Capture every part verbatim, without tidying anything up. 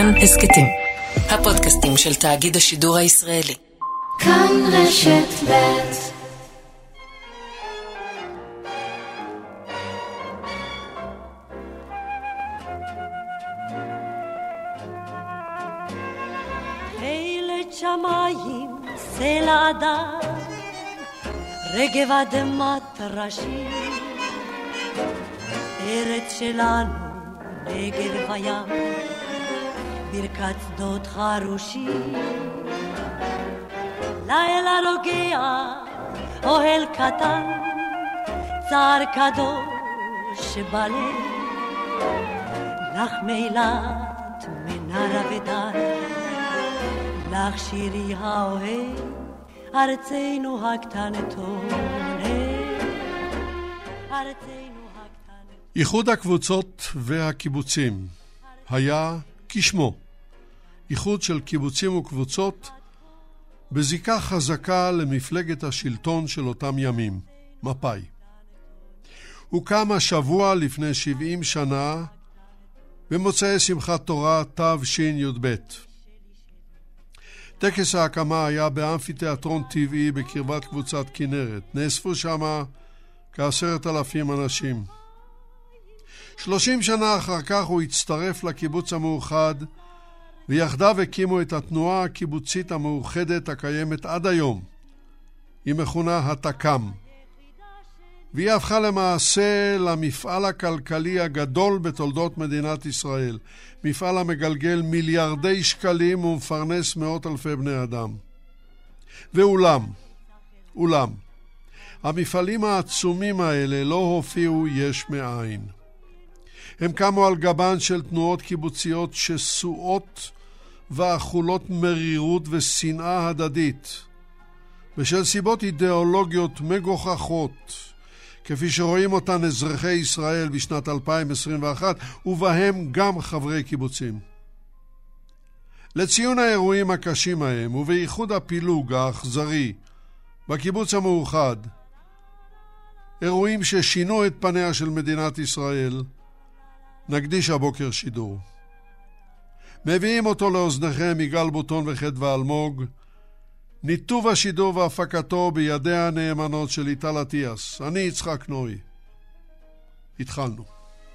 כאן הסקטים, הפודקאסטים של תאגיד השידור הישראלי. כאן רשת ב'. שמיים סלע אדם רגב אדמת ראשי ארץ שלנו נגב הים ברכת שדות חרושים לילה רוגע אוהל קטן צער קדוש בלב לך מילת מנרה ודן לך שירי האוהב, ארצנו הקטנטונת, ארצנו הקטנטונת. איחוד הקבוצות והקיבוצים היה כשמו, איחוד של קיבוצים וקבוצות בזיקה חזקה למפלגת השלטון של אותם ימים, מפא"י. הוקם השבוע לפני שבעים שנה במוצאי שמחת תורה תשי"ב. טקס ההקמה היה באמפיתיאטרון טבעי בקרבת קבוצת כנרת. נאספו שמה כעשרת אלפים אנשים. שלושים שנה אחר כך הוא הצטרף לקיבוץ המאוחד, ויחדיו הקימו את התנועה הקיבוצית המאוחדת הקיימת עד היום. היא מכונה התק"ם. והיא הפכה למעשה למפעל הכלכלי הגדול בתולדות מדינת ישראל. מפעל המגלגל מיליארדי שקלים ומפרנס מאות אלפי בני אדם. ואולם, אולם, המפעלים העצומים האלה לא הופיעו יש מאין. הם קמו על גבן של תנועות קיבוציות שסועות ואכולות מרירות ושנאה הדדית, בשל סיבות אידיאולוגיות מגוחכות, כפי שרואים אותן אזרחי ישראל בשנת אלפיים עשרים ואחת, ובהם גם חברי קיבוצים. לציון האירועים הקשים ההם, ובייחוד הפילוג האכזרי בקיבוץ המאוחד, אירועים ששינו את פניה של מדינת ישראל, נקדיש הבוקר שידור. מביאים אותו לאוזניכם יגאל בוטון וחדווה אלמוג, ניתוב השידור והפקתו בידי הנאמנות של איטל אטיאס. אני יצחק נוי. התחלנו.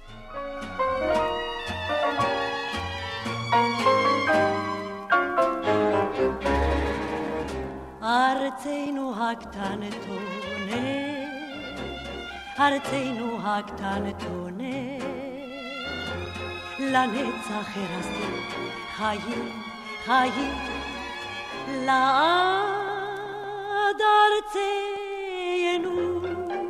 ארצנו הקטנטונת, ארצנו הקטנטונת, לנצח הרסתי חיים, חיים, לעד ארצנו.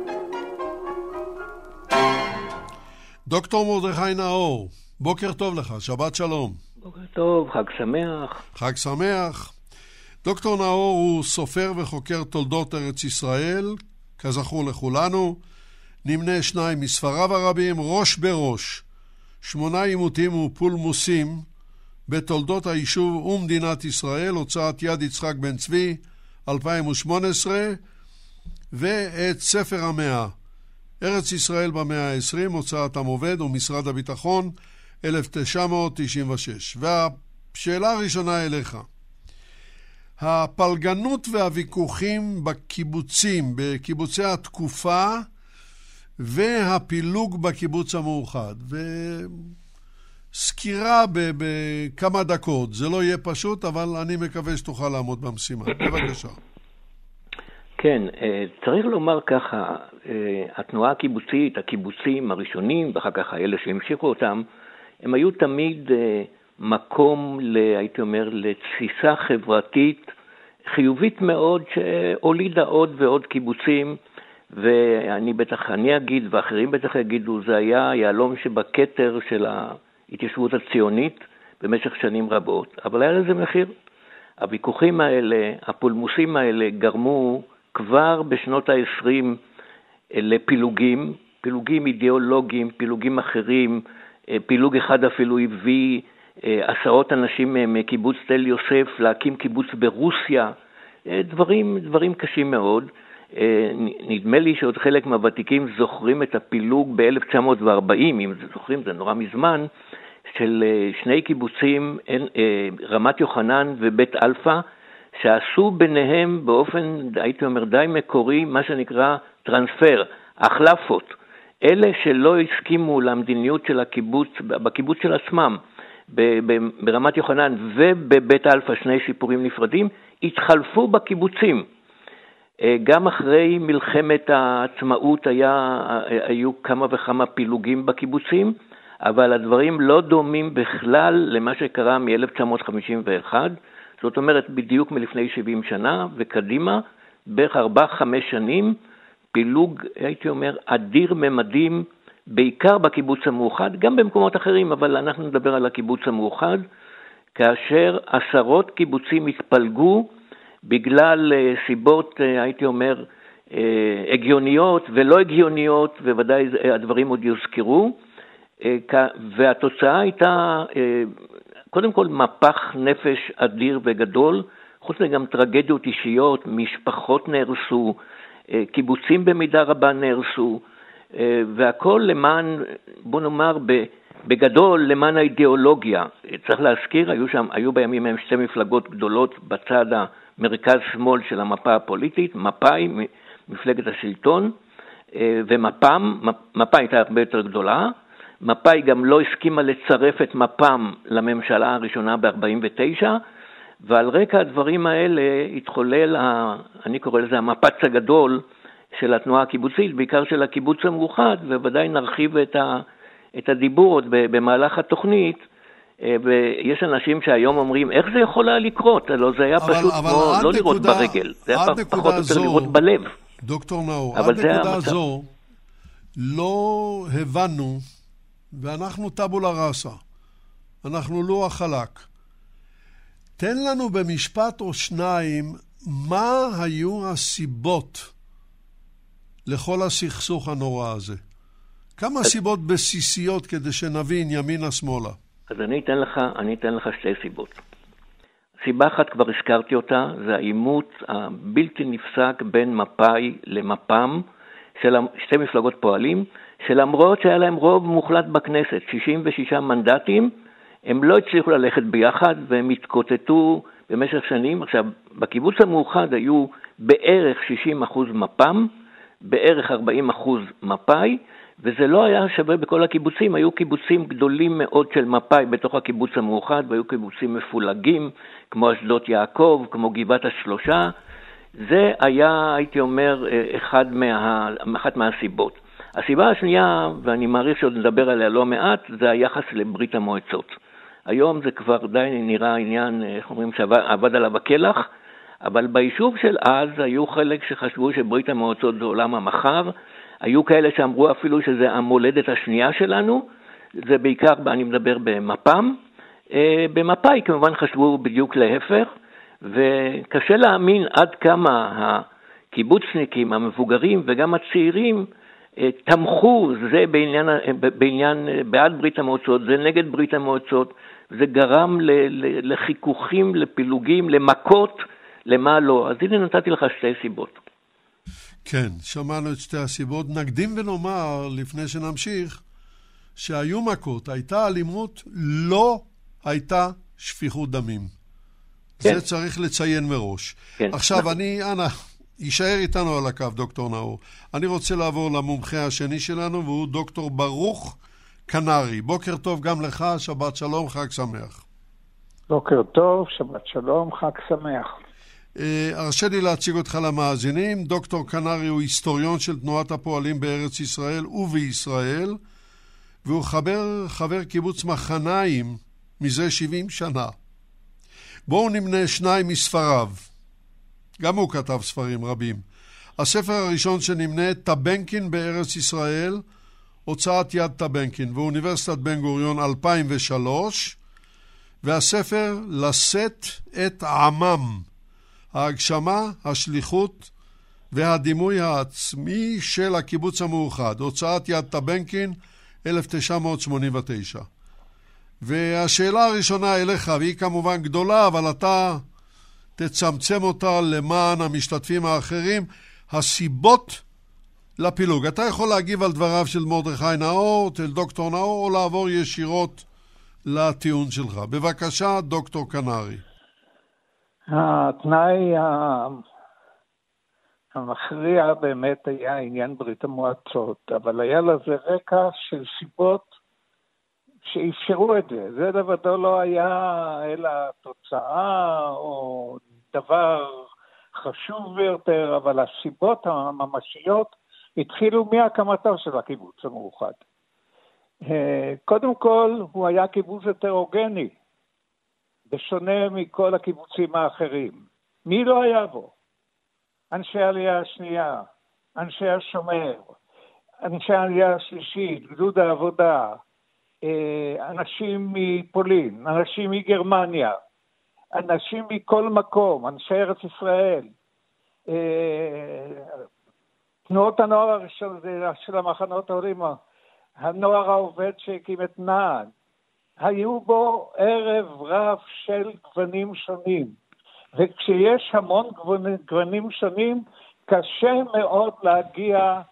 דוקטור מרדכי נאור, בוקר טוב לך, שבת שלום. בוקר טוב, חג שמח. חג שמח. דוקטור נאור הוא סופר וחוקר תולדות ארץ ישראל, כזכור לכולנו, נמנה שניים מספריו הרבים, ראש בראש, שמונה עימותים ופולמוסים, בתולדות היישוב ומדינת ישראל, הוצאת יד יצחק בן צבי, אלפיים ושמונה עשרה, ואת ספר המאה, ארץ ישראל במאה העשרים, הוצאת עם עובד ומשרד הביטחון, אלף תשע מאות תשעים ושש. והשאלה הראשונה אליך, הפלגנות והוויכוחים בקיבוצים, בקיבוצי התקופה, והפילוג בקיבוץ המאוחד, ו... סקירה בכמה דקות. זה לא יהיה פשוט, אבל אני מקווה שתוכל לעמוד במשימה. בבקשה. כן, צריך לומר ככה, התנועה הקיבוצית, הקיבוצים הראשונים, ואחר כך האלה שהמשיכו אותם, הם היו תמיד מקום, הייתי אומר, לתסיסה חברתית חיובית מאוד, שהולידה עוד ועוד קיבוצים, ואני בטח, אני אגיד, ואחרים בטח יגידו, זה היה יעלום שבכתר של ה... התיישבות הציונית במשך שנים רבות, אבל היה לזה מחיר. הוויכוחים האלה, הפולמוסים האלה, גרמו כבר בשנות ה-עשרים לפילוגים, פילוגים אידיאולוגיים, פילוגים אחרים, פילוג אחד אפילו הביא עשרות אנשים מקיבוץ תל יוסף להקים קיבוץ ברוסיה, דברים, דברים קשים מאוד. נדמה לי שעוד חלק מהוותיקים זוכרים את הפילוג ב-אלף תשע מאות וארבעים, אם זוכרים, זה נורא מזמן, של שני קיבוצים, רמת יוחנן ובית אלפא, שעשו ביניהם באופן, הייתי אומר, די מקורי, מה שנקרא טרנספר, החלפות. אלה שלא הסכימו למדיניות של הקיבוץ, בקיבוץ של עצמם, ברמת יוחנן ובבית אלפא, שני סיפורים נפרדים, התחלפו בקיבוצים. גם אחרי מלחמת העצמאות היה, היו כמה וכמה פילוגים בקיבוצים, אבל הדברים לא דומים בכלל למה שקרה מ-אלף תשע מאות חמישים ואחת, זאת אומרת בדיוק מלפני שבעים שנה וקדימה, בערך ארבע חמש שנים, פילוג, הייתי אומר, אדיר ממדים, בעיקר בקיבוץ המאוחד, גם במקומות אחרים, אבל אנחנו נדבר על הקיבוץ המאוחד, כאשר עשרות קיבוצים התפלגו, בגלל סיבות, הייתי אומר, הגיוניות ולא הגיוניות, ובוודאי הדברים עוד יוזכרו, והתוצאה הייתה, קודם כל, מפח נפש אדיר וגדול, חוץ מגם טרגדיות אישיות, משפחות נהרסו, קיבוצים במידה רבה נהרסו, והכל למען, בוא נאמר, בגדול, למען האידיאולוגיה. צריך להזכיר, היו שם, היו בימים הם שתי מפלגות גדולות בצד המרכז שמאל של המפה הפוליטית, מפא"י, מפלגת השלטון, ומפ"ם, מפ"י הייתה הרבה יותר גדולה, מפא"י גם לא הסכימה לצרף את מפ"ם לממשלה הראשונה ב-ארבעים ותשע, ועל רקע הדברים האלה התחולל, אני קורא לזה המפץ הגדול של התנועה הקיבוצית, בעיקר של הקיבוץ המאוחד, ובוודאי נרחיב את, ה, את הדיבור עוד במהלך התוכנית, ויש אנשים שהיום אומרים, איך זה יכול היה לקרות? לא, זה היה אבל, פשוט אבל כמו לא נקודה, לראות ברגל, זה היה פחות או יותר לראות בלב. דוקטור נאור, עד נקודה זו לא הבנו, ואנחנו טבולה ראסה, אנחנו לא החלק. תן לנו במשפט או שניים, מה היו הסיבות לכל הסכסוך הנורא הזה? כמה סיבות בסיסיות כדי שנבין ימינה שמאלה? אז אני אתן לך, אני אתן לך שתי סיבות. סיבה אחת כבר הזכרתי אותה, זה העימות הבלתי נפסק בין מפא"י למפ"ם, של שתי מפלגות פועלים, שלמרות שהיה להם רוב מוחלט בכנסת, שישים ושישה מנדטים, הם לא הצליחו ללכת ביחד והם התקוטטו במשך שנים. עכשיו, בקיבוץ המאוחד היו בערך שישים אחוז מפ"ם, בערך ארבעים אחוז מפא"י, וזה לא היה שווה בכל הקיבוצים, היו קיבוצים גדולים מאוד של מפא"י בתוך הקיבוץ המאוחד, והיו קיבוצים מפולגים, כמו אשדות יעקב, כמו גבעת השלושה. זה היה, הייתי אומר, אחד מה, אחת מהסיבות. הסיבה השנייה, ואני מעריך שעוד נדבר עליה לא מעט, זה היחס לברית המועצות. היום זה כבר די נראה עניין, איך אומרים, שעבד עליו הכלח, אבל ביישוב של אז היו חלק שחשבו שברית המועצות זה עולם המחר, היו כאלה שאמרו אפילו שזה המולדת השנייה שלנו, זה בעיקר, אני מדבר במפ"ם, במפא"י כמובן חשבו בדיוק להפך, וקשה להאמין עד כמה הקיבוצניקים, המבוגרים וגם הצעירים, תמכו זה בעניין, בעניין, בעד ברית המועצות, זה נגד ברית המועצות, זה גרם לחיכוכים, לפילוגים, למכות, למה לא. אז הנה נתתי לך שתי סיבות. כן, שמענו את שתי הסיבות. נקדים ונאמר, לפני שנמשיך, שהיו מכות, הייתה אלימות, לא הייתה שפיכות דמים. כן. זה צריך לציין מראש. כן. עכשיו, נכון. אני, אנא, יישאר איתנו על הקו, דוקטור נאור. אני רוצה לעבור למומחה השני שלנו, והוא דוקטור ברוך קנרי. בוקר טוב גם לך, שבת שלום, חג שמח. בוקר טוב, שבת שלום, חג שמח. הרשה לי להציג אותך למאזינים. דוקטור קנרי הוא היסטוריון של תנועת הפועלים בארץ ישראל ובישראל, והוא חבר, חבר קיבוץ מחניים מזה שבעים שנה. בואו נמנה שניים מספריו. גם הוא כתב ספרים רבים. הספר הראשון שנמנה, טבנקין בארץ ישראל, הוצאת יד טבנקין, ואוניברסיטת בן גוריון אלפיים ושלוש, והספר לשאת את עמם, ההגשמה, השליחות והדימוי העצמי של הקיבוץ המאוחד, הוצאת יד טבנקין, אלף תשע מאות שמונים ותשע. והשאלה הראשונה אליך, והיא כמובן גדולה, אבל אתה תצמצם אותה למען המשתתפים האחרים, הסיבות לפילוג. אתה יכול להגיב על דבריו של מרדכי נאור, של דוקטור נאור, או לעבור ישירות לטיעון שלך. בבקשה, דוקטור קנרי. התנאי המכריע באמת היה עניין ברית המועצות, אבל היה לזה רקע של סיבות שאפשרו את זה. זה לבדו לא היה אלא תוצאה או דבר חשוב ביותר, אבל הסיבות הממשיות התחילו מהקמתו של הקיבוץ המאוחד. קודם כל, הוא היה קיבוץ הטרוגני, בשונה מכל הקיבוצים האחרים. מי לא היה בו? אנשי העלייה השנייה, אנשי השומר, אנשי העלייה השלישית, גדוד העבודה, אנשים מפולין, אנשים מגרמניה, אנשים מכל מקום, אנשי ארץ ישראל, תנועות הנוער הראשון של המחנות העולים, הנוער העובד שהקים את נען, היו בו ערב רב של גוונים שונים, וכשיש המון גוונים שונים, קשה מאוד להגיע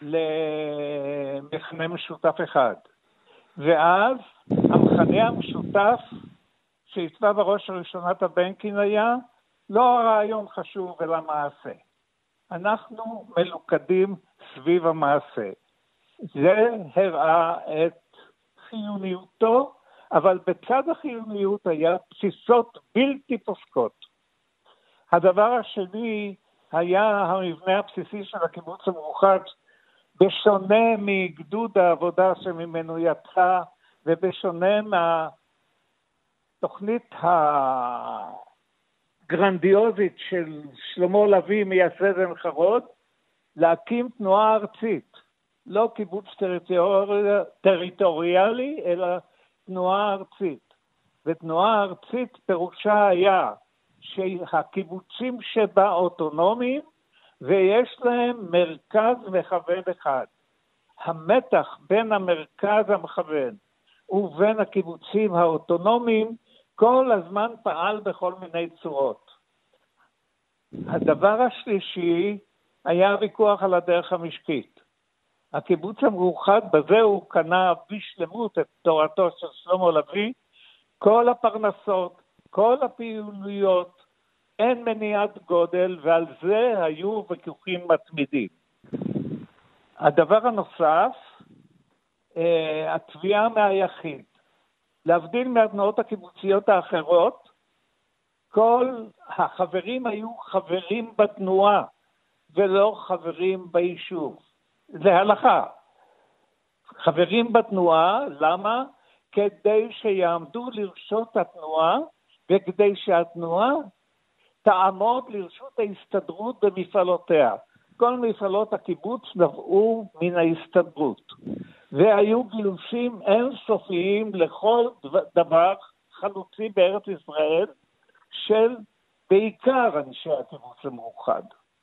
למכנה משותף אחד. ואז המכנה המשותף שהצבה בראש הראשונת הבנקין היה, לא הרעיון חשוב אלא מעשה. אנחנו מלוכדים סביב המעשה. זה הראה את חיוניותו, אבל בצד החיוניות היה בסיסות בלתי פוסקות. הדבר השני היה המבנה הבסיסי של הקיבוץ המאוחד, בשונה מגדוד העבודה שממנו יצא, ובשונה מהתוכנית הגרנדיוזית של שלמה לוי מייסד עין חרוד, להקים תנועה ארצית, לא קיבוץ טריטוריאלי, טריטוריאלי אלא תנועה ארצית. ותנועה ארצית פירושה היה שהקיבוצים שבה אוטונומיים, ויש להם מרכז מכוון אחד. המתח בין המרכז המכוון ובין הקיבוצים האוטונומיים כל הזמן פעל בכל מיני צורות. הדבר השלישי היה ויכוח על הדרך המשקית. הקיבוץ המאוחד, בזה הוא קנה בשלמות את תורתו של שלמה לוי, כל הפרנסות, כל הפעילויות, אין מניעת גודל, ועל זה היו ויכוחים מתמידים. הדבר הנוסף, התביעה מהיחיד. להבדיל מהתנועות הקיבוציות האחרות, כל החברים היו חברים בתנועה, ולא חברים ביישוב. זה הלכה. חברים בתנועה, למה? כדי שיעמדו לרשות התנועה, וכדי שהתנועה תעמוד לרשות ההסתדרות במפעלותיה. כל מפעלות הקיבוץ נבעו מן ההסתדרות. והיו גילושים אינסופיים לכל דבר חלוצי בארץ ישראל, של בעיקר אנשי הקיבוץ המאוחד.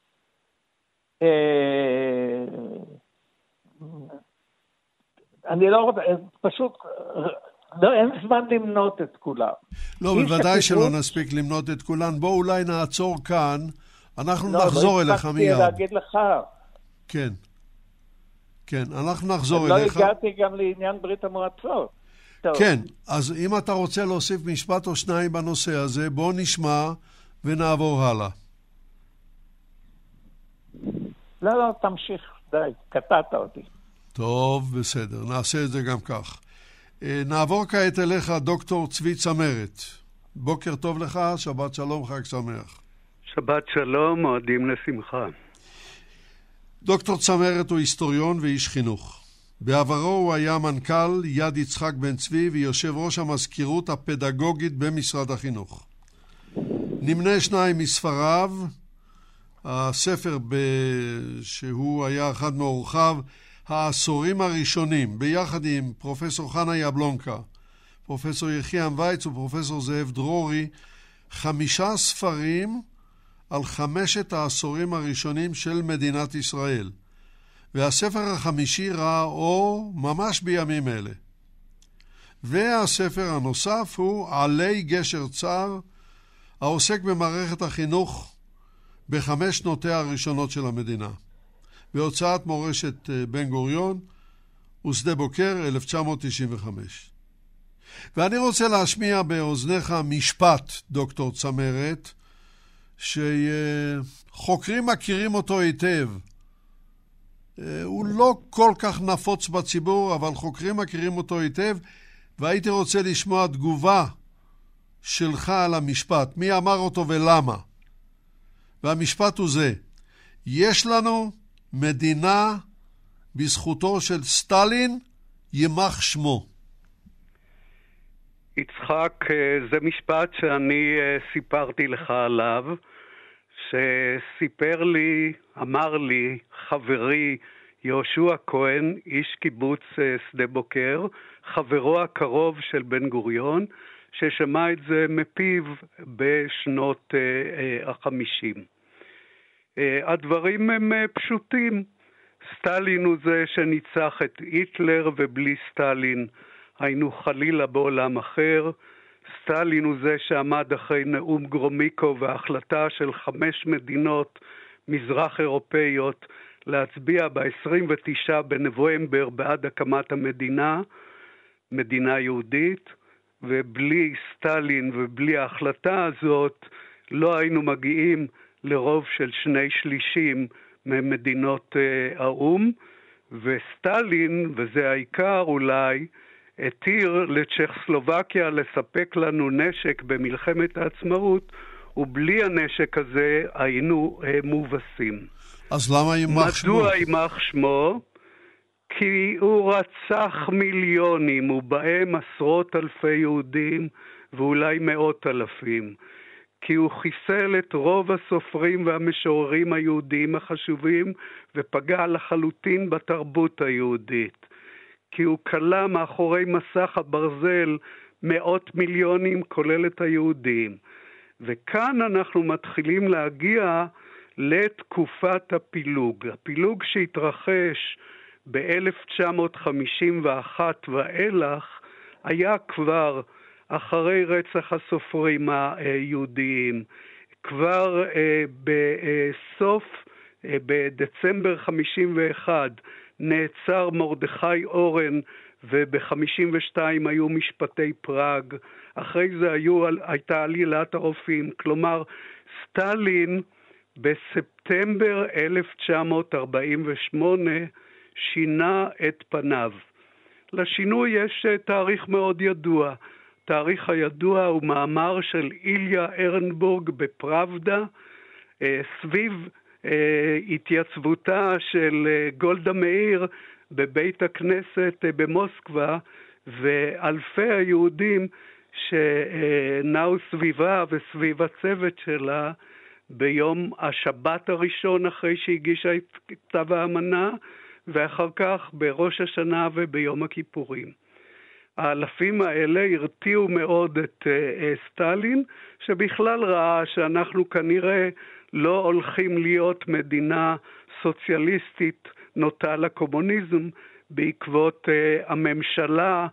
אני לא רוצה, פשוט, לא, אין זמן למנות את כולם. לא, בוודאי שלא נספיק למנות את כולם. בוא אולי נעצור כאן, אנחנו נחזור אליך מיד. לא הספקתי להגיד לך. כן, כן, אנחנו נחזור אליך. לא הגעתי גם לעניין ברית המועצות. כן, אז אם אתה רוצה להוסיף משפט או שניים בנושא הזה, בוא נשמע ונעבור הלאה. לא, לא, תמשיך, די, קטעת אותי. טוב, בסדר, נעשה את זה גם כך. נעבור כעת אליך, דוקטור צבי צמרת. בוקר טוב לך, שבת שלום, חג שמח. שבת שלום, מועדים לשמחה. דוקטור צמרת הוא היסטוריון ואיש חינוך. בעברו הוא היה מנכ"ל יד יצחק בן צבי ויושב ראש המזכירות הפדגוגית במשרד החינוך. נמנה שניים מספריו, הספר ב... שהוא היה אחד מאורחיו, העשורים הראשונים, ביחד עם פרופסור חנה יבלונקה, פרופסור יחיעם וייץ ופרופסור זאב דרורי, חמישה ספרים על חמשת העשורים הראשונים של מדינת ישראל. והספר החמישי ראה אור ממש בימים אלה. והספר הנוסף הוא עלי גשר צר, העוסק במערכת החינוך בחמש שנותיה הראשונות של המדינה. בהוצאת מורשת בן גוריון ושדה בוקר אלף תשע מאות תשעים וחמש. ואני רוצה להשמיע באוזניך משפט, דוקטור צמרת, שחוקרים מכירים אותו היטב. הוא לא כל כך נפוץ בציבור, אבל חוקרים מכירים אותו היטב, והייתי רוצה לשמוע תגובה שלך על המשפט. מי אמר אותו ולמה? והמשפט הוא זה: יש לנו מדינה בזכותו של סטלין, יימח שמו. יצחק, זה משפט שאני סיפרתי לך עליו, שסיפר לי, אמר לי, חברי יהושע כהן, איש קיבוץ שדה בוקר, חברו הקרוב של בן גוריון, ששמע את זה מפיו בשנות החמישים. הדברים הם פשוטים. סטלין הוא זה שניצח את היטלר, ובלי סטלין היינו חלילה בעולם אחר. סטלין הוא זה שעמד אחרי נאום גרומיקו וההחלטה של חמש מדינות מזרח אירופאיות להצביע ב-עשרים ותשעה בנובמבר בעד הקמת המדינה, מדינה יהודית, ובלי סטלין ובלי ההחלטה הזאת לא היינו מגיעים לרוב של שני שלישים ממדינות uh, האום, וסטלין, וזה העיקר אולי, התיר לצ'כוסלובקיה לספק לנו נשק במלחמת העצמאות, ובלי הנשק הזה היינו uh, מובסים. אז למה יימח שמו? מדוע יימח שמו? כי הוא רצח מיליונים, ובהם עשרות אלפי יהודים, ואולי מאות אלפים. כי הוא חיסל את רוב הסופרים והמשוררים היהודיים החשובים, ופגע לחלוטין בתרבות היהודית. כי הוא קלה מאחורי מסך הברזל מאות מיליונים, כולל את היהודים. וכאן אנחנו מתחילים להגיע לתקופת הפילוג. הפילוג שהתרחש ב-אלף תשע מאות חמישים ואחת ואילך היה כבר אחרי רצח הסופרים היהודיים. כבר בסוף, בדצמבר חמישים ואחת, נעצר מרדכי אורן, וב-חמישים ושתיים היו משפטי פראג. אחרי זה היו, הייתה עלילת הרופאים. כלומר, סטלין בספטמבר אלף תשע מאות ארבעים ושמונה שינה את פניו. לשינוי יש תאריך מאוד ידוע. התאריך הידוע הוא מאמר של איליה ארנבורג בפראבדה, סביב התייצבותה של גולדה מאיר בבית הכנסת במוסקבה, ואלפי היהודים שנעו סביבה וסביב הצוות שלה ביום השבת הראשון אחרי שהגישה את כתב האמנה, ואחר כך בראש השנה וביום הכיפורים. האלפים האלה הרתיעו מאוד את uh, סטלין, שבכלל ראה שאנחנו כנראה לא הולכים להיות מדינה סוציאליסטית נוטה לקומוניזם, בעקבות uh, הממשלה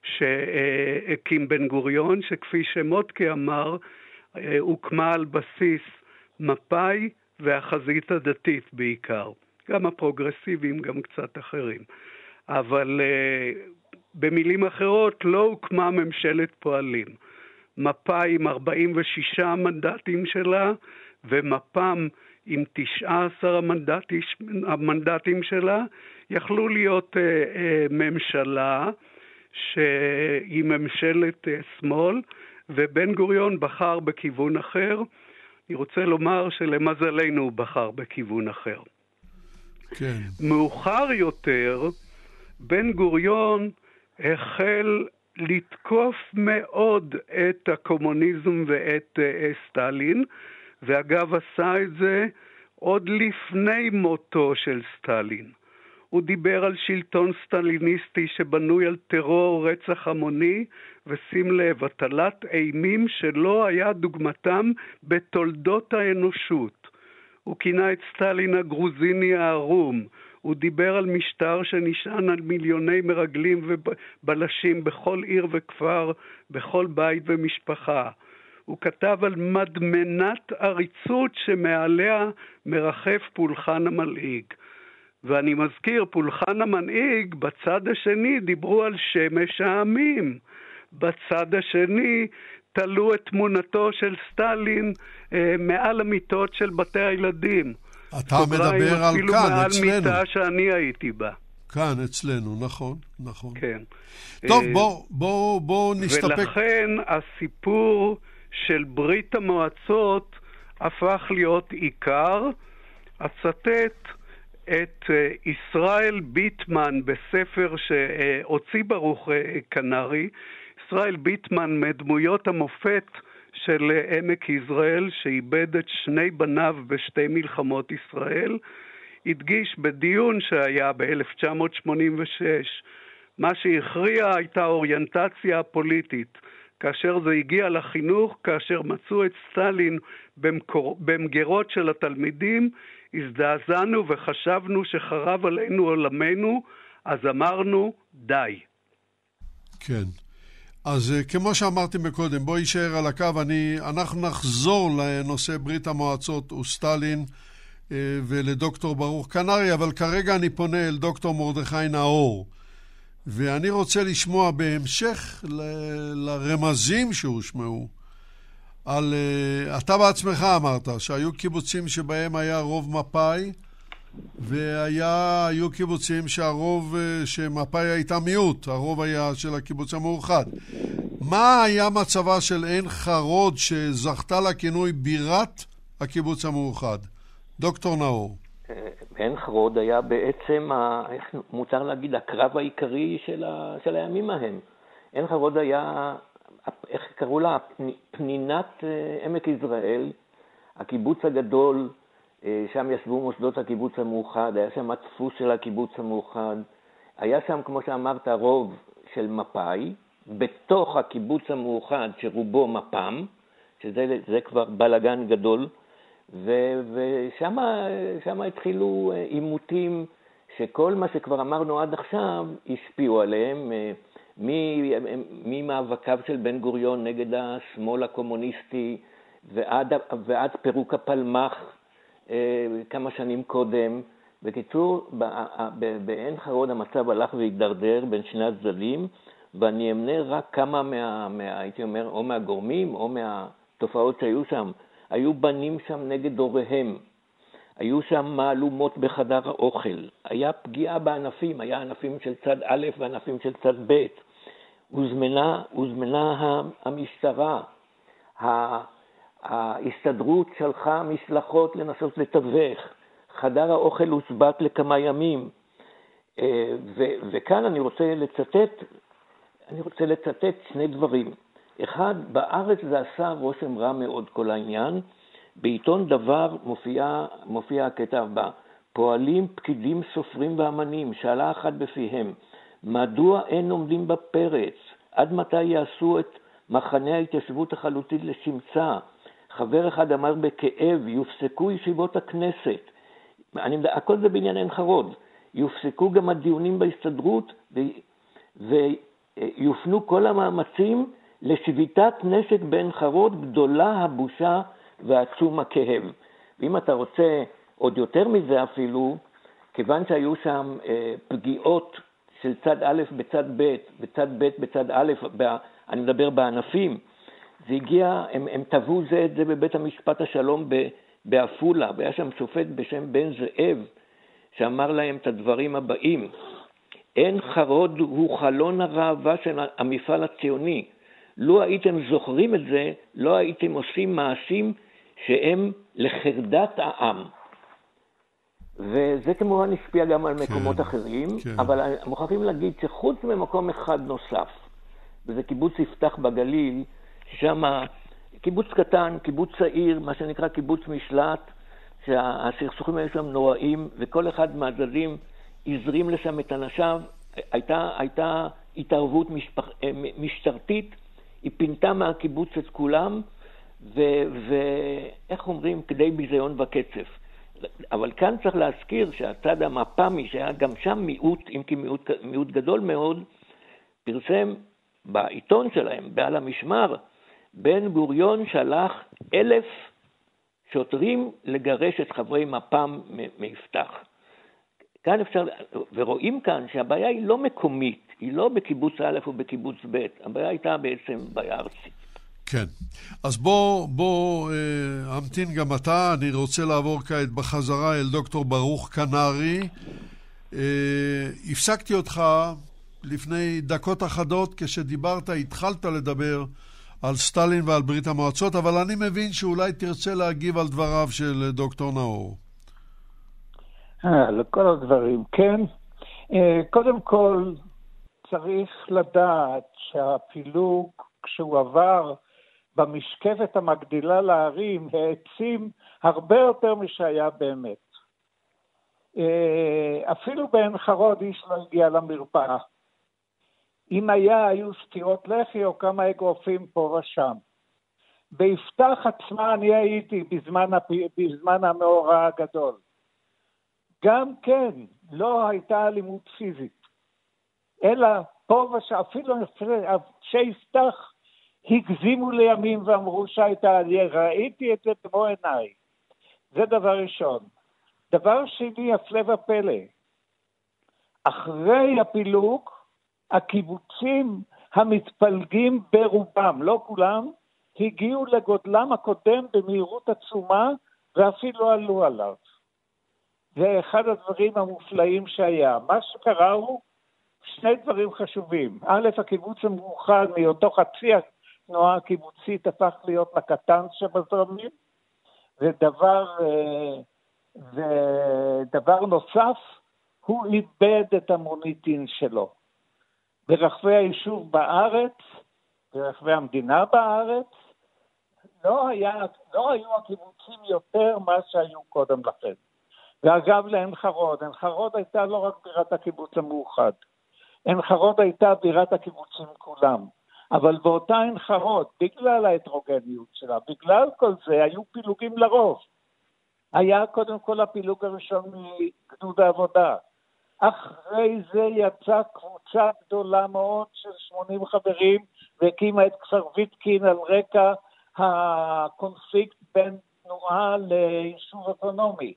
שהקים בן גוריון, שכפי שמוטקה אמר, uh, הוקמה על בסיס מפא"י והחזית הדתית בעיקר. גם הפרוגרסיביים, גם קצת אחרים. אבל uh, במילים אחרות לא הוקמה ממשלת פועלים. מפא"י עם ארבעים ושישה מנדטים שלה, ומפ"ם עם תשעה עשר המנדטים, המנדטים שלה, יכלו להיות uh, uh, ממשלה שהיא ממשלת uh, שמאל, ובן גוריון בחר בכיוון אחר. אני רוצה לומר שלמזלנו הוא בחר בכיוון אחר. כן. מאוחר יותר, בן גוריון החל לתקוף מאוד את הקומוניזם ואת uh, סטלין, ואגב עשה את זה עוד לפני מותו של סטלין. הוא דיבר על שלטון סטליניסטי שבנוי על טרור, רצח המוני, ושים לב, הטלת אימים שלא היה דוגמתם בתולדות האנושות. הוא כינה את סטלין הגרוזיני הערום. הוא דיבר על משטר שנשען על מיליוני מרגלים ובלשים בכל עיר וכפר, בכל בית ומשפחה. הוא כתב על מדמנת עריצות שמעליה מרחף פולחן המלעיג. ואני מזכיר, פולחן המנהיג בצד השני דיברו על שמש העמים. בצד השני תלו את תמונתו של סטלין אה, מעל המיטות של בתי הילדים. אתה מדבר על כאן, אצלנו. אפילו מעל מיטה שאני הייתי בה. כאן, אצלנו, נכון, נכון. כן. טוב, בוא, בוא, בוא נסתפק. ולכן הסיפור של ברית המועצות הפך להיות עיקר. אצטט את ישראל ביטמן בספר שהוציא ברוך קנרי. ישראל ביטמן מדמויות המופת של עמק יזרעאל, שאיבד את שני בניו בשתי מלחמות ישראל, הדגיש בדיון שהיה ב-אלף תשע מאות שמונים ושש, מה שהכריע הייתה אוריינטציה הפוליטית. כאשר זה הגיע לחינוך, כאשר מצאו את סטלין במקור, במגירות של התלמידים, הזדעזענו וחשבנו שחרב עלינו עולמנו, אז אמרנו די. כן. אז כמו שאמרתי מקודם, בוא יישאר על הקו, אני, אנחנו נחזור לנושא ברית המועצות וסטלין ולדוקטור ברוך קנרי, אבל כרגע אני פונה אל דוקטור מרדכי נאור, ואני רוצה לשמוע בהמשך ל- לרמזים שהושמעו, על, אתה בעצמך אמרת שהיו קיבוצים שבהם היה רוב מפאי, והיו קיבוצים שהרוב, שמפאי הייתה מיעוט, הרוב היה של הקיבוץ המאוחד. מה היה מצבה של עין חרוד שזכתה לכינוי בירת הקיבוץ המאוחד? דוקטור נאור. עין חרוד היה בעצם, ה, איך מותר להגיד, הקרב העיקרי של, ה, של הימים ההם. עין חרוד היה, איך קראו לה, פנינת עמק יזרעאל, הקיבוץ הגדול, שם ישבו מוסדות הקיבוץ המאוחד, היה שם הדפוס של הקיבוץ המאוחד, היה שם, כמו שאמרת, רוב של מפאי, בתוך הקיבוץ המאוחד שרובו מפ"ם, שזה זה כבר בלגן גדול, ושם שם התחילו עימותים שכל מה שכבר אמרנו עד עכשיו השפיעו עליהם, ממאבקיו של בן גוריון נגד השמאל הקומוניסטי ועד, ועד פירוק הפלמ"ח כמה שנים קודם. בקיצור, בעין חרוד המצב הלך והידרדר בין שני הצדדים, ואני אמנה רק כמה מה, מה, הייתי אומר, או מהגורמים או מהתופעות שהיו שם. היו בנים שם נגד הוריהם, היו שם מהלומות בחדר האוכל, היה פגיעה בענפים, היה ענפים של צד א' וענפים של צד ב', הוזמנה, הוזמנה המשטרה, ההסתדרות שלחה משלחות לנסות לתווך, חדר האוכל הוסבט לכמה ימים, ו- וכאן אני רוצה לצטט, אני רוצה לצטט שני דברים. אחד, בארץ זה עשה רושם רע מאוד כל העניין. בעיתון דבר מופיע, מופיע הקטע הבא: פועלים, פקידים, סופרים ואמנים, שאלה אחת בפיהם, מדוע אין עומדים בפרץ? עד מתי יעשו את מחנה ההתיישבות החלוטית לשמצה? חבר אחד אמר בכאב, יופסקו ישיבות הכנסת. אני, הכל זה בעניין עין חרוד. יופסקו גם הדיונים בהסתדרות ו, ויופנו כל המאמצים לשביתת נשק בעין חרוד, גדולה הבושה ועצום הכאב. ואם אתה רוצה עוד יותר מזה אפילו, כיוון שהיו שם אה, פגיעות של צד א' בצד ב', בצד ב' בצד א', ב, אני מדבר בענפים, זה הגיע, הם, הם טבעו זה את זה בבית המשפט השלום בעפולה, והיה שם שופט בשם בן זאב, שאמר להם את הדברים הבאים: עין חרוד הוא חלון הראווה של המפעל הציוני. לא הייתם זוכרים את זה, לא הייתם עושים מעשים שהם לחרדת העם. וזה כמובן השפיע גם על מקומות כן, אחרים, כן. אבל מוכרחים להגיד שחוץ ממקום אחד נוסף, וזה קיבוץ יפתח בגליל, ששם קיבוץ קטן, קיבוץ צעיר, מה שנקרא קיבוץ משלט, שהסכסוכים היו שם נוראים, וכל אחד מהצדדים הזרים לשם את אנשיו. הייתה, הייתה התערבות משפח, משטרתית, היא פינתה מהקיבוץ את כולם, ואיך אומרים, כדי ביזיון וקצף. אבל כאן צריך להזכיר שהצד המפ"מי, שהיה גם שם מיעוט, אם כי מיעוט, מיעוט גדול מאוד, פרסם בעיתון שלהם, בעל המשמר, בן גוריון שלח אלף שוטרים לגרש את חברי מפ"ם מיפתח. כאן אפשר, ורואים כאן שהבעיה היא לא מקומית, היא לא בקיבוץ א' או בקיבוץ ב', הבעיה הייתה בעצם בעיה ארצית. כן. אז בוא, בוא אה, המתין גם אתה, אני רוצה לעבור כעת בחזרה אל דוקטור ברוך קנרי. אה, הפסקתי אותך לפני דקות אחדות כשדיברת, התחלת לדבר על סטלין ועל ברית המועצות, אבל אני מבין שאולי תרצה להגיב על דבריו של דוקטור נאור. אה, לכל הדברים, כן. אה, קודם כל, צריך לדעת שהפילוג, כשהוא עבר במשקפת המגדילה להרים, העצים הרבה יותר משהיה באמת. אפילו בעין חרוד איש לא הגיע למרפאה. אם היה, היו סתירות לחי או כמה אגרופים פה ושם. ביפתח עצמה אני הייתי בזמן, הפ... בזמן המאורע הגדול. גם כן, לא הייתה אלימות פיזית. אלא פה ושם, אפילו שיפתח הגזימו לימים ואמרו שהייתה, אני ראיתי את זה במו עיניי. זה דבר ראשון. דבר שני, הפלא ופלא. אחרי הפילוג, הקיבוצים המתפלגים ברובם, לא כולם, הגיעו לגודלם הקודם במהירות עצומה ואפילו עלו עליו. זה אחד הדברים המופלאים שהיה. מה שקרה הוא שני דברים חשובים. א', הקיבוץ המאוחד מאותו חצי התנועה הקיבוצית הפך להיות לקטן שבזרמים, ודבר, ודבר נוסף, הוא איבד את המוניטין שלו. ברחבי היישוב בארץ, ברחבי המדינה בארץ, לא, היה, לא היו הקיבוצים יותר מה שהיו קודם לכן. ואגב לעין חרוד, עין חרוד הייתה לא רק בירת הקיבוץ המאוחד, עין חרוד הייתה בירת הקיבוצים כולם, אבל באותה עין חרוד, בגלל ההטרוגניות שלה, בגלל כל זה, היו פילוגים לרוב. היה קודם כל הפילוג הראשון מגדוד העבודה. אחרי זה יצאה קבוצה גדולה מאוד של שמונים חברים, והקימה את כפר ויתקין על רקע הקונפליקט בין תנועה ליישוב אוטונומי.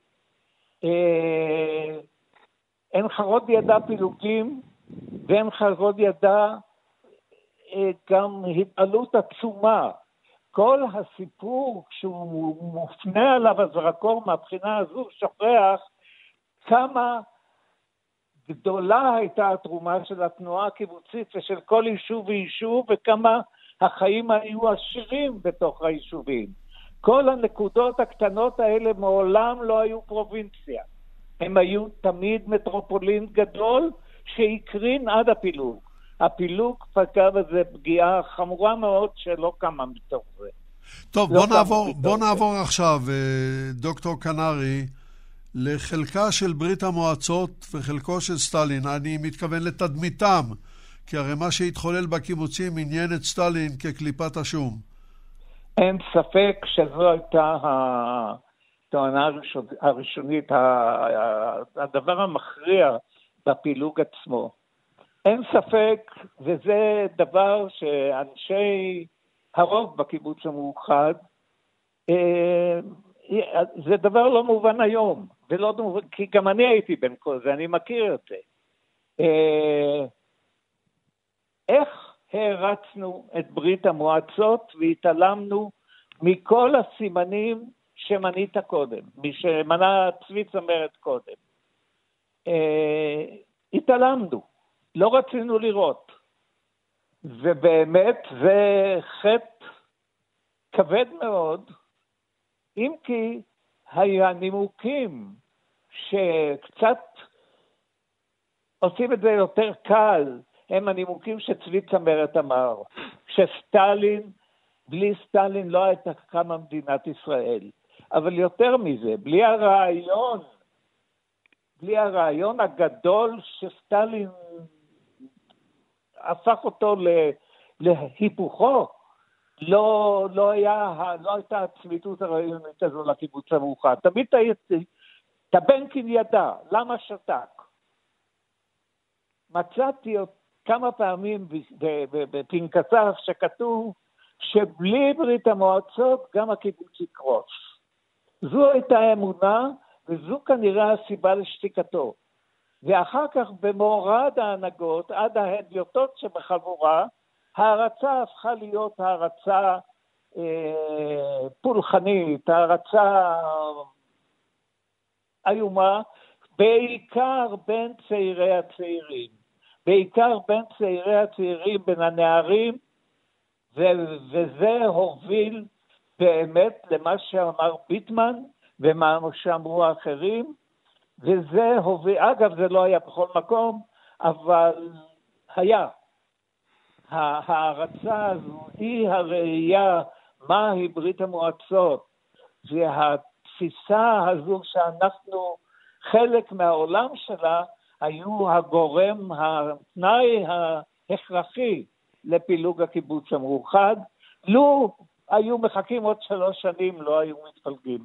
עין חרוד ידע פילוגים, ועין חרוד ידע גם התעלות עצומה. כל הסיפור שהוא מופנה עליו הזרקור מהבחינה הזו שוכח כמה גדולה הייתה התרומה של התנועה הקיבוצית ושל כל יישוב ויישוב, וכמה החיים היו עשירים בתוך היישובים. כל הנקודות הקטנות האלה מעולם לא היו פרובינציה. הם היו תמיד מטרופולין גדול שהקרין עד הפילוג. הפילוג פגע בזה פגיעה חמורה מאוד שלא קמה מתוך זה. טוב, לא בוא נעבור, בוא זה. נעבור עכשיו, דוקטור קנרי, לחלקה של ברית המועצות וחלקו של סטלין. אני מתכוון לתדמיתם, כי הרי מה שהתחולל בקיבוצים עניין את סטלין כקליפת השום. אין ספק שזו הייתה הטענה הראשונית, הדבר המכריע בפילוג עצמו. אין ספק, וזה דבר שאנשי הרוב בקיבוץ המאוחד, זה דבר לא מובן היום, ולא מובן, כי גם אני הייתי בין כל זה, אני מכיר את זה. איך הרצנו את ברית המועצות והתעלמנו מכל הסימנים שמנית קודם, משמנה צבי צמרת קודם. התעלמנו, לא רצינו לראות. ובאמת זה חטא כבד מאוד, אם כי הנימוקים שקצת עושים את זה יותר קל, הם הנימוקים שצבי צמרת אמר, שסטלין, בלי סטלין לא הייתה קמה מדינת ישראל. אבל יותר מזה, בלי הרעיון, בלי הרעיון הגדול שסטלין הפך אותו להיפוכו, לא, לא, היה, לא הייתה הצמידות הרעיונית הזו לקיבוץ המאוחד. תמיד טבנקין ידע, למה שתק? מצאתי כמה פעמים בפנקסיו שכתוב שבלי ברית המועצות גם הקיבוץ יקרוס. זו הייתה האמונה, וזו כנראה הסיבה לשתיקתו. ואחר כך במורד ההנהגות, עד ההדיוטות שבחבורה, ההרצה הפכה להיות הערצה אה, פולחנית, הערצה איומה, בעיקר בין צעירי הצעירים. בעיקר בין צעירי הצעירים, בין הנערים, ו- וזה הוביל באמת למה שאמר ביטמן, ומה שאמרו האחרים, וזה הוביל, אגב זה לא היה בכל מקום, אבל היה. ההערצה הזו היא הראייה מהי ברית המועצות, והתפיסה הזו שאנחנו חלק מהעולם שלה, היו הגורם, התנאי ההכרחי לפילוג הקיבוץ המאוחד. לו היו מחכים עוד שלוש שנים, לא היו מתפלגים.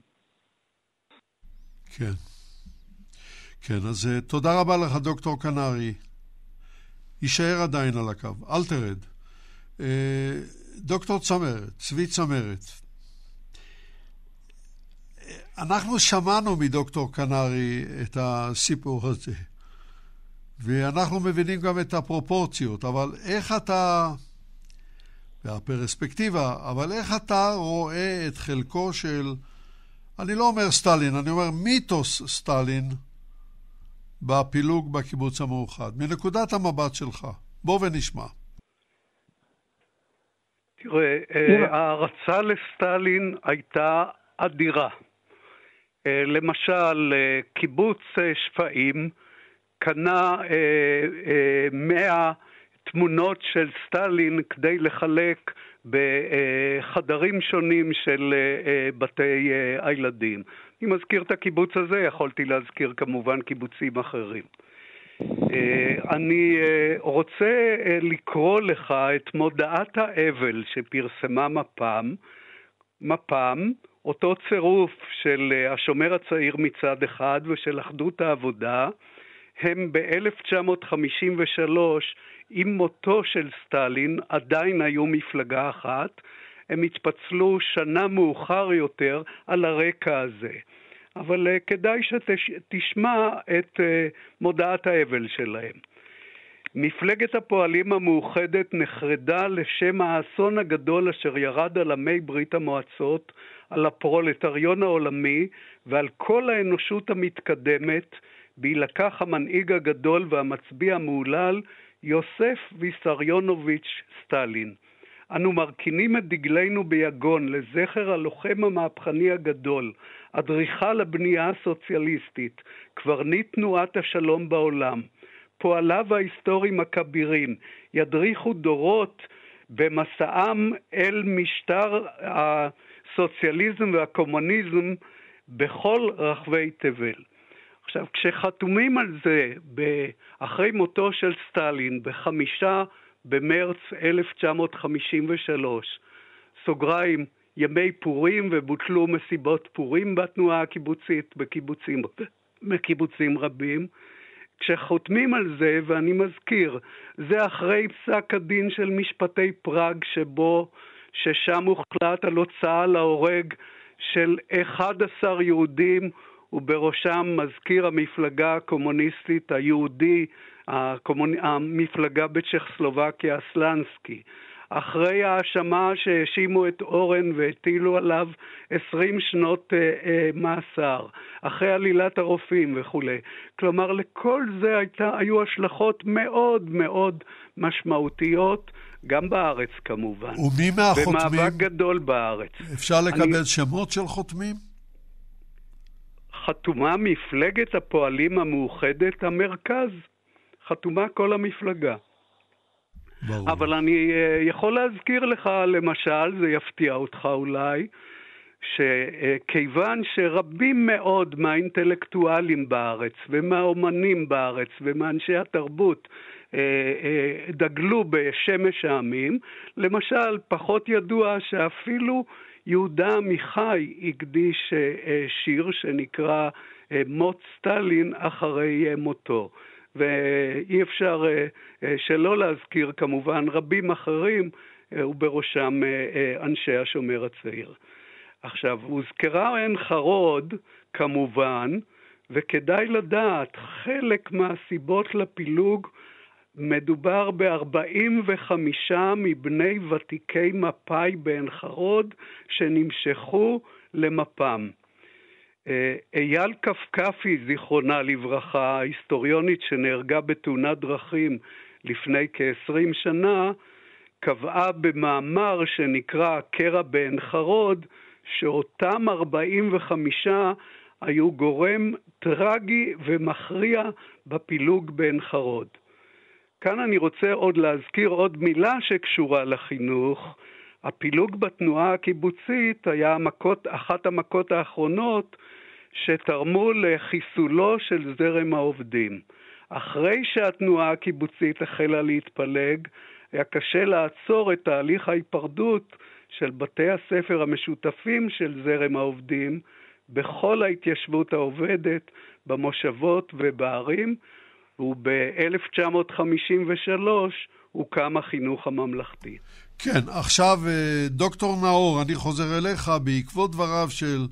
כן. כן, אז תודה רבה לך דוקטור קנרי. יישאר עדיין על הקו, אל תרד. דוקטור צמרת, צבי צמרת. אנחנו שמענו מדוקטור קנרי את הסיפור הזה, ואנחנו מבינים גם את הפרופורציות, אבל איך אתה, והפרספקטיבה, אבל איך אתה רואה את חלקו של, אני לא אומר סטלין, אני אומר מיתוס סטלין, בפילוג בקיבוץ המאוחד, מנקודת המבט שלך. בוא ונשמע. תראה, ההרצה לסטלין הייתה אדירה. למשל, קיבוץ שפעים קנה מאה תמונות של סטלין כדי לחלק בחדרים שונים של בתי הילדים. אני מזכיר את הקיבוץ הזה, יכולתי להזכיר כמובן קיבוצים אחרים. אני רוצה לקרוא לך את מודעת האבל שפרסמה מפ"ם, מפ"ם, אותו צירוף של השומר הצעיר מצד אחד ושל אחדות העבודה, הם ב-אלף תשע מאות חמישים ושלוש, עם מותו של סטלין, עדיין היו מפלגה אחת, הם התפצלו שנה מאוחר יותר על הרקע הזה. אבל uh, כדאי שתשמע את uh, מודעת האבל שלהם. מפלגת הפועלים המאוחדת נחרדה לשם האסון הגדול אשר ירד על עמי ברית המועצות, על הפרולטריון העולמי ועל כל האנושות המתקדמת, בהילקח המנהיג הגדול והמצביע המהולל יוסף ויסריונוביץ' סטלין. אנו מרכינים את דגלנו ביגון לזכר הלוחם המהפכני הגדול, אדריכל הבנייה הסוציאליסטית, קברניט תנועת השלום בעולם. פועליו ההיסטוריים הכבירים ידריכו דורות במסעם אל משטר הסוציאליזם והקומוניזם בכל רחבי תבל. עכשיו, כשחתומים על זה אחרי מותו של סטלין בחמישה במרץ אלף תשע מאות חמישים ושלוש, סוגריים, ימי פורים ובוטלו מסיבות פורים בתנועה הקיבוצית בקיבוצים, בקיבוצים רבים, כשחותמים על זה, ואני מזכיר, זה אחרי פסק הדין של משפטי פראג שבו, ששם הוחלט על הוצאה להורג של אחד עשר יהודים, ובראשם מזכיר המפלגה הקומוניסטית היהודי, הקומונ... המפלגה בצ'כוסלובקיה, סלנסקי. אחרי האשמה שהאשימו את אורן והטילו עליו עשרים שנות אה, אה, מאסר, אחרי עלילת הרופאים וכו'. כלומר, לכל זה הייתה, היו השלכות מאוד מאוד משמעותיות, גם בארץ כמובן. ומי מהחותמים? במאבק גדול בארץ. אפשר לקבל אני... שמות של חותמים? חתומה מפלגת הפועלים המאוחדת, המרכז. חתומה כל המפלגה. ברור. אבל אני יכול להזכיר לך, למשל, זה יפתיע אותך אולי, שכיוון שרבים מאוד מהאינטלקטואלים בארץ, ומהאומנים בארץ, ומאנשי התרבות, דגלו בשמש העמים, למשל, פחות ידוע שאפילו יהודה עמיחי הקדיש שיר שנקרא מות סטלין אחרי מותו. ואי אפשר שלא להזכיר כמובן רבים אחרים, ובראשם אנשי השומר הצעיר. עכשיו, הוזכרה עין חרוד כמובן, וכדאי לדעת, חלק מהסיבות לפילוג מדובר ב-ארבעים וחמישה מבני ותיקי מפא"י בעין חרוד שנמשכו למפ"ם. אייל קפקפי, זיכרונה לברכה, היסטוריונית שנהרגה בתאונת דרכים לפני כ-עשרים שנה, קבעה במאמר שנקרא קרע בעין חרוד, שאותם ארבעים וחמישה היו גורם טרגי ומכריע בפילוג בעין חרוד. כאן אני רוצה עוד להזכיר עוד מילה שקשורה לחינוך. הפילוג בתנועה הקיבוצית היה המכות, אחת המכות האחרונות שתרמו לחיסולו של זרם העובדים. אחרי שהתנועה הקיבוצית החלה להתפלג, היה קשה לעצור את תהליך ההיפרדות של בתי הספר המשותפים של זרם העובדים בכל ההתיישבות העובדת במושבות ובערים, וב-אלף תשע מאות חמישים ושלוש הוקם החינוך הממלכתי. כן, עכשיו דוקטור נאור, אני חוזר אליך בעקבות דבריו של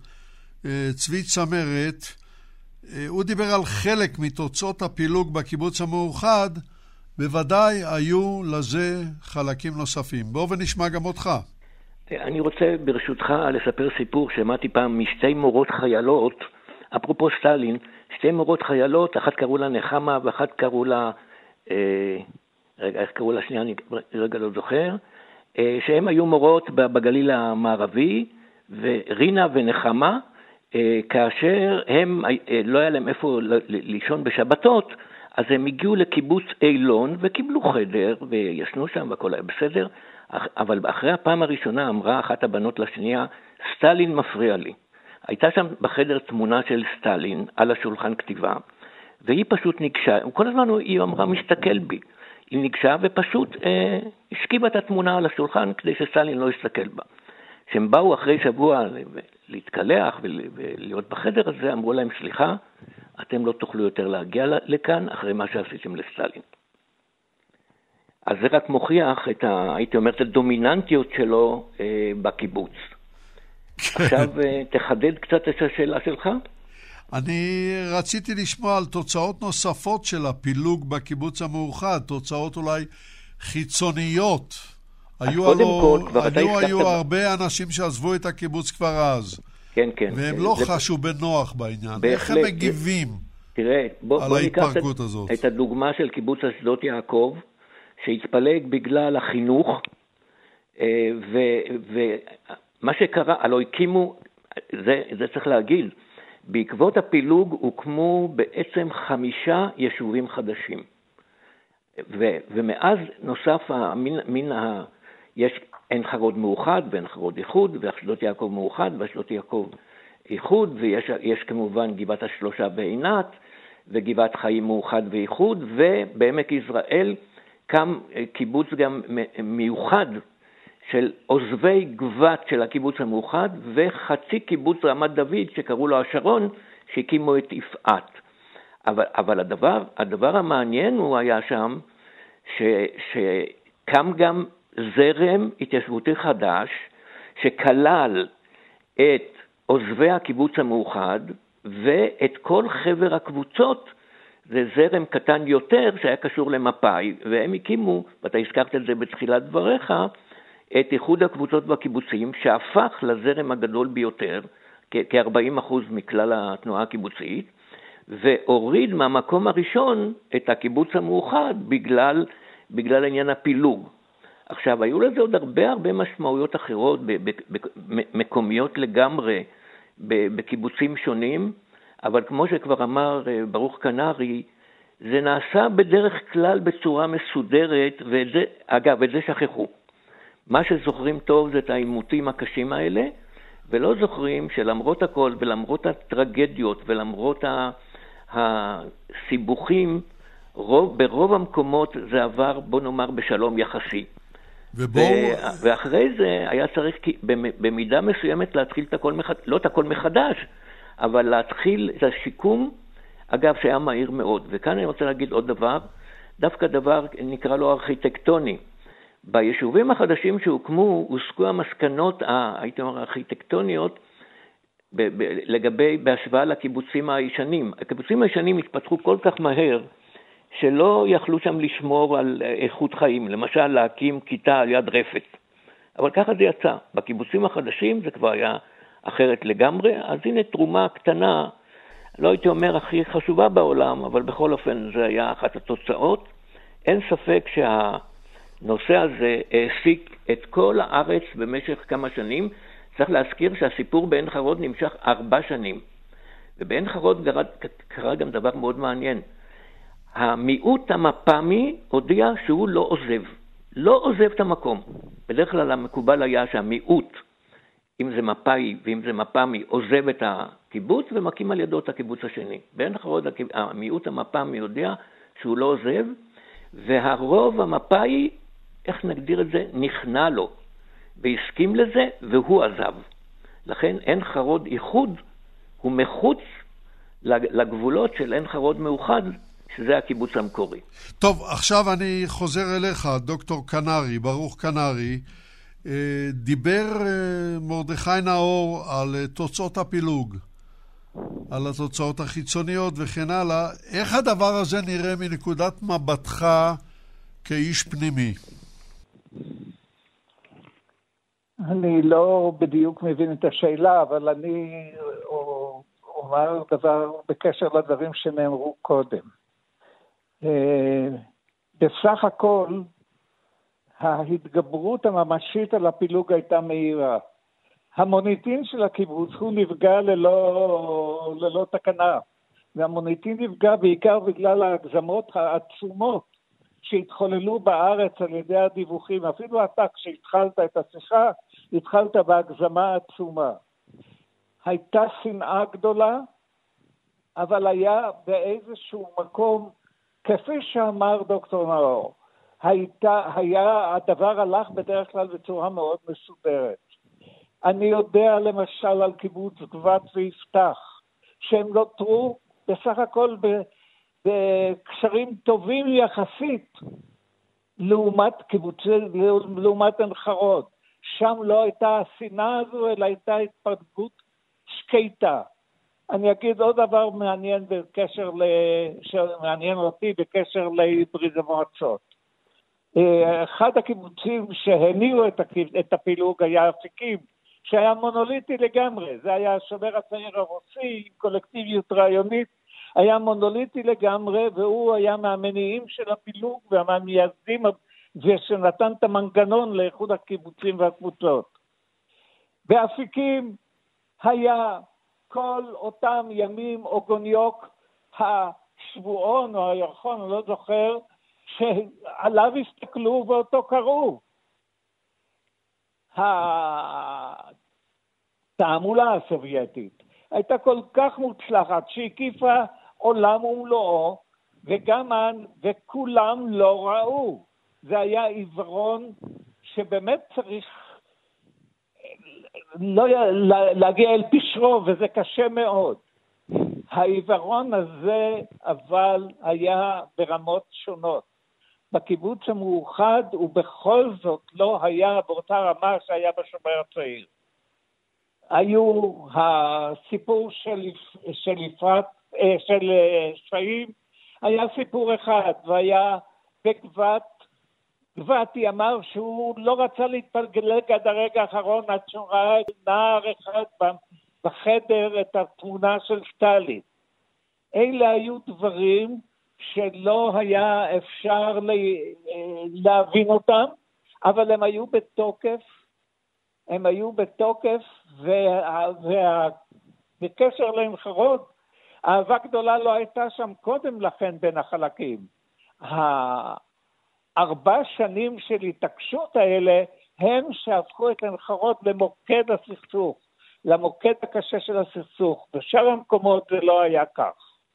צבי צמרת. הוא דיבר על חלק מתוצאות הפילוג בקיבוץ המאוחד, בוודאי היו לזה חלקים נוספים. בואו ונשמע גם אותך. אני רוצה ברשותך לספר סיפור שמעתי פעם משתי מורות חיילות, אפרופו סטלין, שתי מורות חיילות, אחת קראו לה נחמה ואחת קראו לה, אה, רגע, איך קראו לה שנייה, אני רגע לא זוכר, אה, שהן היו מורות בגליל המערבי, ורינה ונחמה, אה, כאשר הם, אה, לא היה להם איפה לישון בשבתות, אז הם הגיעו לקיבוץ אילון וקיבלו חדר וישנו שם והכל היה בסדר, אבל אחרי הפעם הראשונה אמרה אחת הבנות לשנייה, סטלין מפריע לי. הייתה שם בחדר תמונה של סטלין על השולחן כתיבה, והיא פשוט ניגשה, כל הזמן היא אמרה מסתכל בי, היא ניגשה ופשוט אה, השכיבה את התמונה על השולחן כדי שסטלין לא יסתכל בה. כשהם באו אחרי שבוע להתקלח ולהיות בחדר הזה, אמרו להם סליחה, אתם לא תוכלו יותר להגיע לכאן אחרי מה שעשיתם לסטלין. אז זה רק מוכיח את ה, הייתי אומר, את הדומיננטיות שלו אה, בקיבוץ. עכשיו תחדד קצת את השאלה שלך. אני רציתי לשמוע על תוצאות נוספות של הפילוג בקיבוץ המאוחד, תוצאות אולי חיצוניות. היו, הלא, כל, היו, היו הרבה אנשים שעזבו את הקיבוץ כבר אז. כן, כן. והם לא זה... חשו בנוח בעניין. איך הם מגיבים תראה, בוא, על בוא ההתפרקות את, הזאת? את הדוגמה של קיבוץ אשדות יעקב, שהתפלג בגלל החינוך, ו... ו מה שקרה, הלוא הקימו, זה, זה צריך להגיד, בעקבות הפילוג הוקמו בעצם חמישה יישובים חדשים. ו, ומאז נוסף, המין, מין ה, יש עין חרוד מאוחד ועין חרוד איחוד, ואשדות יעקב מאוחד ואשדות יעקב איחוד, ויש יש כמובן גבעת השלושה בעינת, וגבעת חיים מאוחד ואיחוד, ובעמק יזרעאל קם קיבוץ גם מיוחד, של עוזבי גבת של הקיבוץ המאוחד, וחצי קיבוץ רמת דוד שקראו לו השרון, שהקימו את יפעת. אבל, אבל הדבר, הדבר המעניין הוא היה שם, ש, שקם גם זרם התיישבותי חדש, שכלל את עוזבי הקיבוץ המאוחד, ואת כל חבר הקבוצות, זה זרם קטן יותר שהיה קשור למפא"י, והם הקימו, ואתה הזכרת את זה בתחילת דבריך, את איחוד הקבוצות והקיבוצים, שהפך לזרם הגדול ביותר, כ-ארבעים אחוז מכלל התנועה הקיבוצית, והוריד מהמקום הראשון את הקיבוץ המאוחד בגלל, בגלל עניין הפילוג. עכשיו, היו לזה עוד הרבה הרבה משמעויות אחרות, מקומיות לגמרי, בקיבוצים שונים, אבל כמו שכבר אמר ברוך קנרי, זה נעשה בדרך כלל בצורה מסודרת, וזה, אגב, את זה שכחו. מה שזוכרים טוב זה את העימותים הקשים האלה, ולא זוכרים שלמרות הכל ולמרות הטרגדיות ולמרות הסיבוכים, רוב, ברוב המקומות זה עבר, בוא נאמר, בשלום יחסי. ובוא... ו- ואחרי זה היה צריך במידה מסוימת להתחיל את הכל מחדש, לא את הכל מחדש, אבל להתחיל את השיקום, אגב, שהיה מהיר מאוד. וכאן אני רוצה להגיד עוד דבר, דווקא דבר נקרא לו ארכיטקטוני. ביישובים החדשים שהוקמו, הוסקו המסקנות, הייתי אומר, הארכיטקטוניות, ב- ב- לגבי, בהשוואה לקיבוצים הישנים. הקיבוצים הישנים התפתחו כל כך מהר, שלא יכלו שם לשמור על איכות חיים, למשל להקים כיתה על יד רפת. אבל ככה זה יצא. בקיבוצים החדשים זה כבר היה אחרת לגמרי, אז הנה תרומה קטנה, לא הייתי אומר הכי חשובה בעולם, אבל בכל אופן זה היה אחת התוצאות. אין ספק שהנושא הזה העסיק את כל הארץ במשך כמה שנים. צריך להזכיר שהסיפור בעין חרוד נמשך ארבע שנים. ובעין חרוד קרה גם דבר מאוד מעניין. המיעוט המפ"מי הודיע שהוא לא עוזב. לא עוזב את המקום. בדרך כלל המקובל היה שהמיעוט, אם זה מפאי ואם זה מפ"מי, עוזב את הקיבוץ ומקים על ידו את הקיבוץ השני. בעין חרוד המיעוט המפ"מי הודיע שהוא לא עוזב, והרוב המפאי, איך נגדיר את זה, נכנע לו, והסכים לזה והוא עזב. לכן עין חרוד איחוד הוא מחוץ לגבולות של עין חרוד מאוחד, שזה הקיבוץ המקורי. טוב, עכשיו אני חוזר אליך, דוקטור קנרי, ברוך קנרי. דיבר מרדכי נאור על תוצאות הפילוג, על התוצאות החיצוניות וכן הלאה. איך הדבר הזה נראה מנקודת מבטך כאיש פנימי? אני לא בדיוק מבין את השאלה, אבל אני אומר דבר בקשר לדברים שנאמרו קודם. בסך הכל, ההתגברות הממשית על הפילוג הייתה מהירה. המוניטין של הקיבוץ הוא נפגע ללא, ללא תקנה. והמוניטין נפגע בעיקר בגלל ההגזמות העצומות שהתחוללו בארץ על ידי הדיווחים. אפילו אתה, כשהתחלת את השיחה, התחלת בהגזמה עצומה. הייתה שנאה גדולה, אבל היה באיזשהו מקום, כפי שאמר דוקטור נאור, הייתה, היה, הדבר הלך בדרך כלל בצורה מאוד מסודרת. אני יודע למשל על קיבוץ גבת ויפתח, שהם נותרו בסך הכל בקשרים טובים יחסית, לעומת קיבוצי, לעומת עין חרוד. שם לא הייתה השנאה הזו, אלא הייתה התפלגות שקטה. אני אגיד עוד דבר מעניין בקשר ל... שמעניין אותי בקשר לברית המועצות. אחד הקיבוצים שהניעו את הפילוג היה אפיקים, שהיה מונוליטי לגמרי. זה היה השומר הצעיר הרוסי עם קולקטיביות רעיונית, היה מונוליטי לגמרי, והוא היה מהמניעים של הפילוג והמייסדים, ושנתן את המנגנון לאיחוד הקיבוצים והקבוצות. באפיקים היה כל אותם ימים אוגוניוק השבועון או הירחון, אני לא זוכר, שעליו הסתכלו ואותו קראו. התעמולה הסובייטית הייתה כל כך מוצלחת שהקיפה עולם ומלואו, וגם וכולם לא ראו. זה היה עיוורון שבאמת צריך לא להגיע אל פשרו, וזה קשה מאוד. העיוורון הזה אבל היה ברמות שונות. בקיבוץ המאוחד ובכל זאת לא היה באותה רמה שהיה בשומר הצעיר. היו הסיפור של, של יפעת, של שפיים, היה סיפור אחד, והיה בגבת, גבתי אמר שהוא לא רצה להתפלג עד הרגע האחרון, עד שהוא ראה נער אחד בחדר את התמונה של סטלין. אלה היו דברים שלא היה אפשר להבין אותם, אבל הם היו בתוקף, הם היו בתוקף, ובקשר לעין חרוד, אהבה גדולה לא הייתה שם קודם לכן בין החלקים. הארבע שנים של התעקשות האלה, הם שהפכו את עין חרוד למוקד הסכסוך, למוקד הקשה של הסכסוך. בשאר המקומות זה לא היה כך.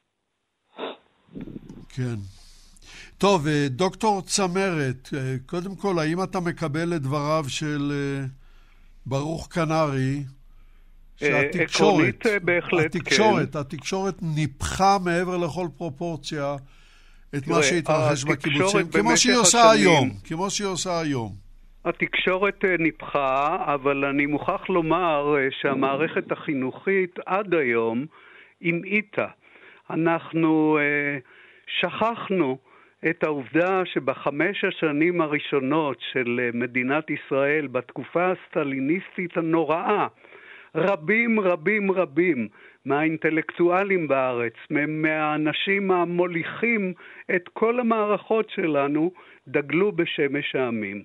כן. טוב, דוקטור צמרת, קודם כל, האם אתה מקבל את דבריו של ברוך קנרי, שהתקשורת, בהחלט, התקשורת, כן. התקשורת ניפחה מעבר לכל פרופורציה את מה שהתרחש בקיבוצים, כמו שהיא עושה היום, כמו שהיא עושה היום. התקשורת ניפחה, אבל אני מוכרח לומר שהמערכת החינוכית עד היום המעיטה. אנחנו שכחנו את העובדה שבחמש השנים הראשונות של מדינת ישראל, בתקופה הסטליניסטית הנוראה, רבים רבים רבים מהאינטלקטואלים בארץ, מהאנשים המוליכים את כל המערכות שלנו, דגלו בשמש העמים.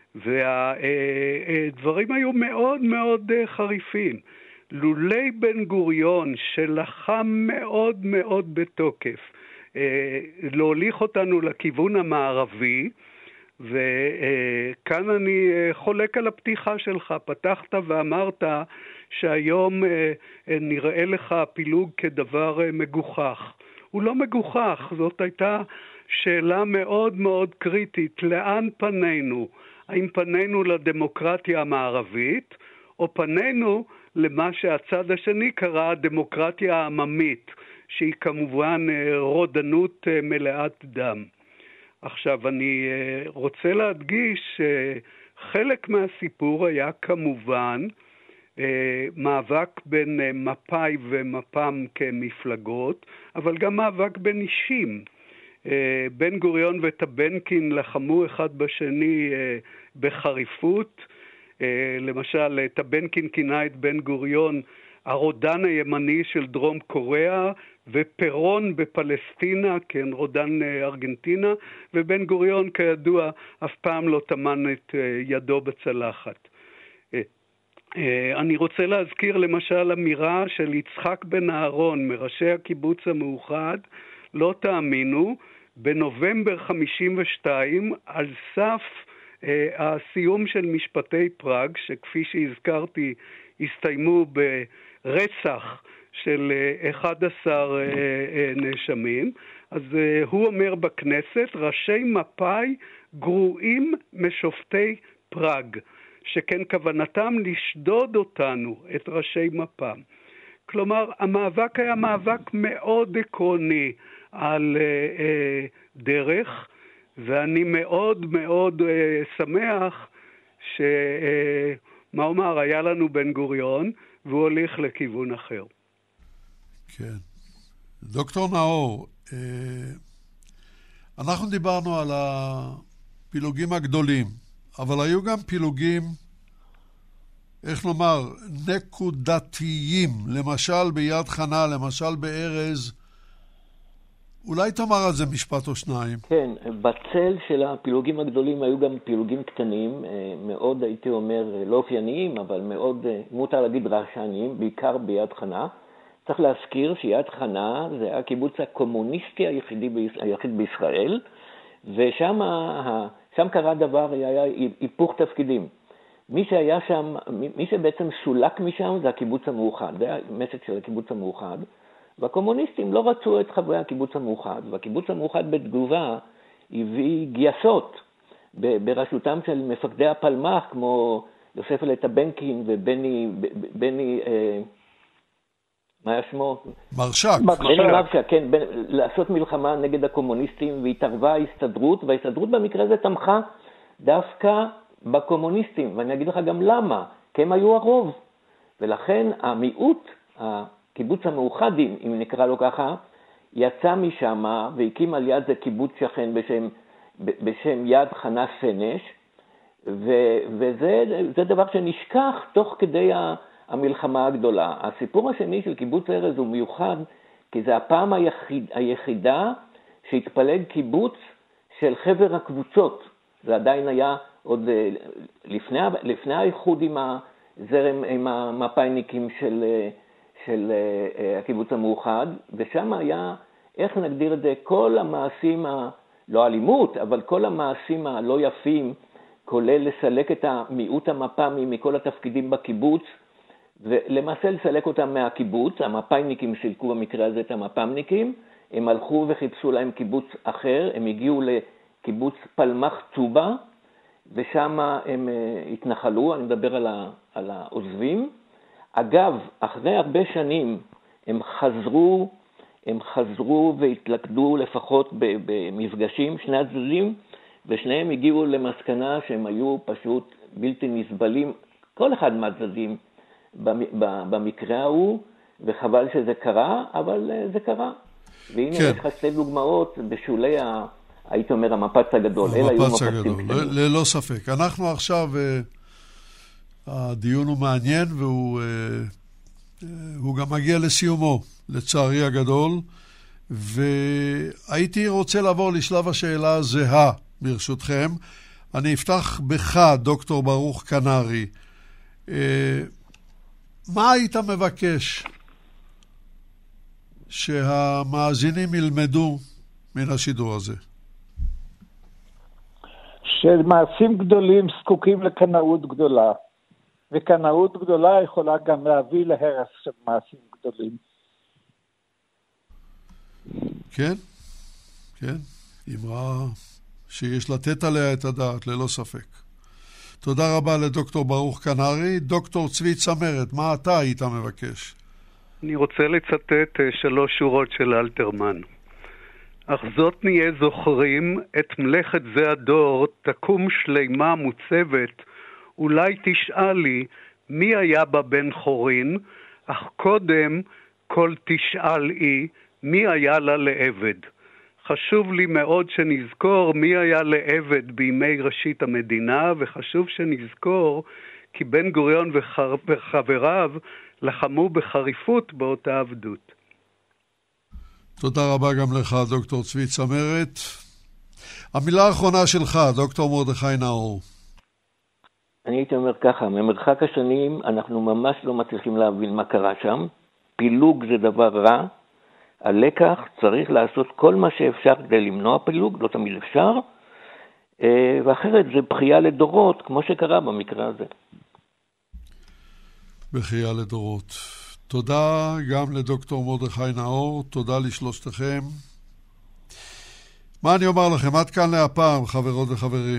והדברים היו מאוד מאוד חריפים. לולי בן גוריון שלחם מאוד מאוד בתוקף להוליך אותנו לכיוון המערבי, וכאן אני חולק על הפתיחה שלך. פתחת ואמרת שהיום נראה לך הפילוג כדבר מגוחך. הוא לא מגוחך, זאת הייתה שאלה מאוד מאוד קריטית. לאן פנינו? האם פנינו לדמוקרטיה המערבית, או פנינו למה שהצד השני קרא הדמוקרטיה העממית, שהיא כמובן רודנות מלאת דם. עכשיו, אני רוצה להדגיש שחלק מהסיפור היה כמובן מאבק בין מפא"י ומפ"ם כמפלגות, אבל גם מאבק בין אישים. בן גוריון וטבנקין לחמו אחד בשני בחריפות. למשל, טבנקין כינה את בן גוריון הרודן הימני של דרום קוריאה, ופרון בפלסטינה, כן, רודן ארגנטינה, ובן גוריון כידוע אף פעם לא טמן את ידו בצלחת. אני רוצה להזכיר למשל אמירה של יצחק בן אהרון, מראשי הקיבוץ המאוחד, לא תאמינו, בנובמבר חמישים ושתיים, על סף אה, הסיום של משפטי פראג, שכפי שהזכרתי, הסתיימו ברצח של אה, אחד עשר אה, אה, נאשמים, אז אה, הוא אומר בכנסת, ראשי מפא"י גרועים משופטי פראג, שכן כוונתם לשדוד אותנו, את ראשי מפ"ם. כלומר, המאבק היה מאבק מאוד עקרוני על uh, uh, דרך, ואני מאוד מאוד uh, שמח ש... Uh, מה אומר, היה לנו בן גוריון, והוא הוליך לכיוון אחר. כן. דוקטור נאור, uh, אנחנו דיברנו על הפילוגים הגדולים, אבל היו גם פילוגים, איך לומר, נקודתיים, למשל ביד חנה, למשל בארז. אולי תאמר על זה משפט או שניים. כן, בצל של הפילוגים הגדולים היו גם פילוגים קטנים, מאוד הייתי אומר לא אופייניים, אבל מאוד מותר להגיד רעשניים, בעיקר ביד חנה. צריך להזכיר שיד חנה זה היה הקיבוץ הקומוניסטי היחידי, היחיד בישראל, ושם שם קרה דבר, היה היפוך תפקידים. מי שהיה שם, מי שבעצם סולק משם זה הקיבוץ המאוחד, זה המסד של הקיבוץ המאוחד, והקומוניסטים לא רצו את חברי הקיבוץ המאוחד, והקיבוץ המאוחד בתגובה הביא גייסות בראשותם של מפקדי הפלמ"ח, כמו יוסף טבנקין ובני, בני, אה, מה היה שמו? מרשק. בני מרשק, כן, בין, לעשות מלחמה נגד הקומוניסטים, והתערבה ההסתדרות, וההסתדרות במקרה הזה תמכה דווקא בקומוניסטים, ואני אגיד לך גם למה, כי הם היו הרוב, ולכן המיעוט, הקיבוץ המאוחד, אם נקרא לו ככה, יצא משם והקים על יד זה קיבוץ שכן בשם, בשם יד חנה סנש, ו, וזה זה דבר שנשכח תוך כדי המלחמה הגדולה. הסיפור השני של קיבוץ ארז הוא מיוחד, כי זה הפעם היחיד, היחידה שהתפלג קיבוץ של חבר הקבוצות. זה עדיין היה עוד לפני, לפני האיחוד עם הזרם, עם המפא"יניקים של, של הקיבוץ המאוחד, ושם היה, איך נגדיר את זה, כל המעשים, ה, לא אלימות, אבל כל המעשים הלא יפים, כולל לסלק את המיעוט המפ"מי מכל התפקידים בקיבוץ, ולמעשה לסלק אותם מהקיבוץ. המפא"יניקים סילקו במקרה הזה את המפ"מניקים, הם הלכו וחיפשו להם קיבוץ אחר, הם הגיעו לקיבוץ פלמ"ח צובה, ושם הם התנחלו, אני מדבר על, ה, על העוזבים. אגב, אחרי הרבה שנים הם חזרו, הם חזרו והתלכדו לפחות במפגשים, שני הצדדים, ושניהם הגיעו למסקנה שהם היו פשוט בלתי נסבלים, כל אחד מהצדדים במקרה ההוא, וחבל שזה קרה, אבל זה קרה. והנה כן. יש לך שתי דוגמאות בשולי, ה, הייתי אומר, המפץ הגדול. המפץ הגדול, ללא ספק. אנחנו עכשיו, הדיון הוא מעניין, והוא הוא גם מגיע לסיומו, לצערי הגדול, והייתי רוצה לעבור לשלב השאלה הזהה, ברשותכם. אני אפתח בך, דוקטור ברוך קנרי. מה היית מבקש שהמאזינים ילמדו מן השידור הזה? שמעשים גדולים זקוקים לקנאות גדולה, וקנאות גדולה יכולה גם להביא להרס של מעשים גדולים. כן, כן, אמרה שיש לתת עליה את הדעת, ללא ספק. תודה רבה לדוקטור ברוך קנרי. דוקטור צבי צמרת, מה אתה היית מבקש? אני רוצה לצטט שלוש שורות של אלתרמן. אך זאת נהיה זוכרים, את מלאכת זה הדור תקום שלימה מוצבת, אולי תשאל לי מי היה בה בן חורין, אך קודם כל תשאל היא מי היה לה לעבד. חשוב לי מאוד שנזכור מי היה לעבד בימי ראשית המדינה, וחשוב שנזכור כי בן גוריון וחבריו לחמו בחריפות באותה עבדות. תודה רבה גם לך, דוקטור צבי צמרת. המילה האחרונה שלך, דוקטור מרדכי נאור. אני הייתי אומר ככה, ממרחק השנים אנחנו ממש לא מצליחים להבין מה קרה שם. פילוג זה דבר רע. הלקח צריך לעשות כל מה שאפשר כדי למנוע פילוג, לא תמיד אפשר, ואחרת זה בחייה לדורות, כמו שקרה במקרה הזה. בחייה לדורות. תודה גם לדוקטור מרדכי נאור, תודה לשלושתכם. מה אני אומר לכם? עד כאן להפעם, חברות וחברים.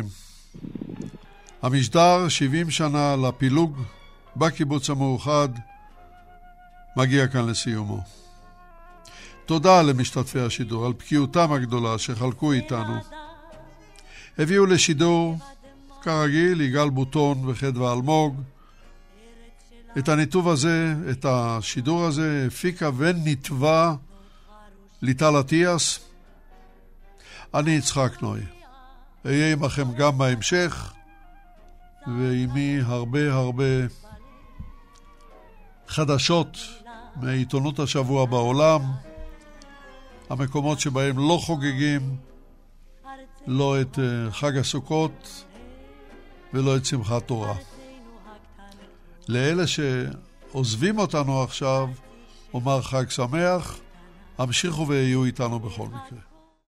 המשדר שבעים שנה לפילוג בקיבוץ המאוחד מגיע כאן לסיומו. תודה למשתתפי השידור על בקיאותם הגדולה שחלקו איתנו. הביאו לשידור, כרגיל, יגאל בוטון וחדווה אלמוג. את הניתוב הזה, את השידור הזה, הפיקה ונתבע ליטל אטיאס. אני יצחק נוי. אהיה עמכם גם בהמשך, ועימי הרבה הרבה חדשות מעיתונות השבוע בעולם, המקומות שבהם לא חוגגים לא את חג הסוכות ולא את שמחת תורה. לאלה שעוזבים אותנו עכשיו אומר חג שמח, המשיכו ויהיו איתנו בכל מקרה.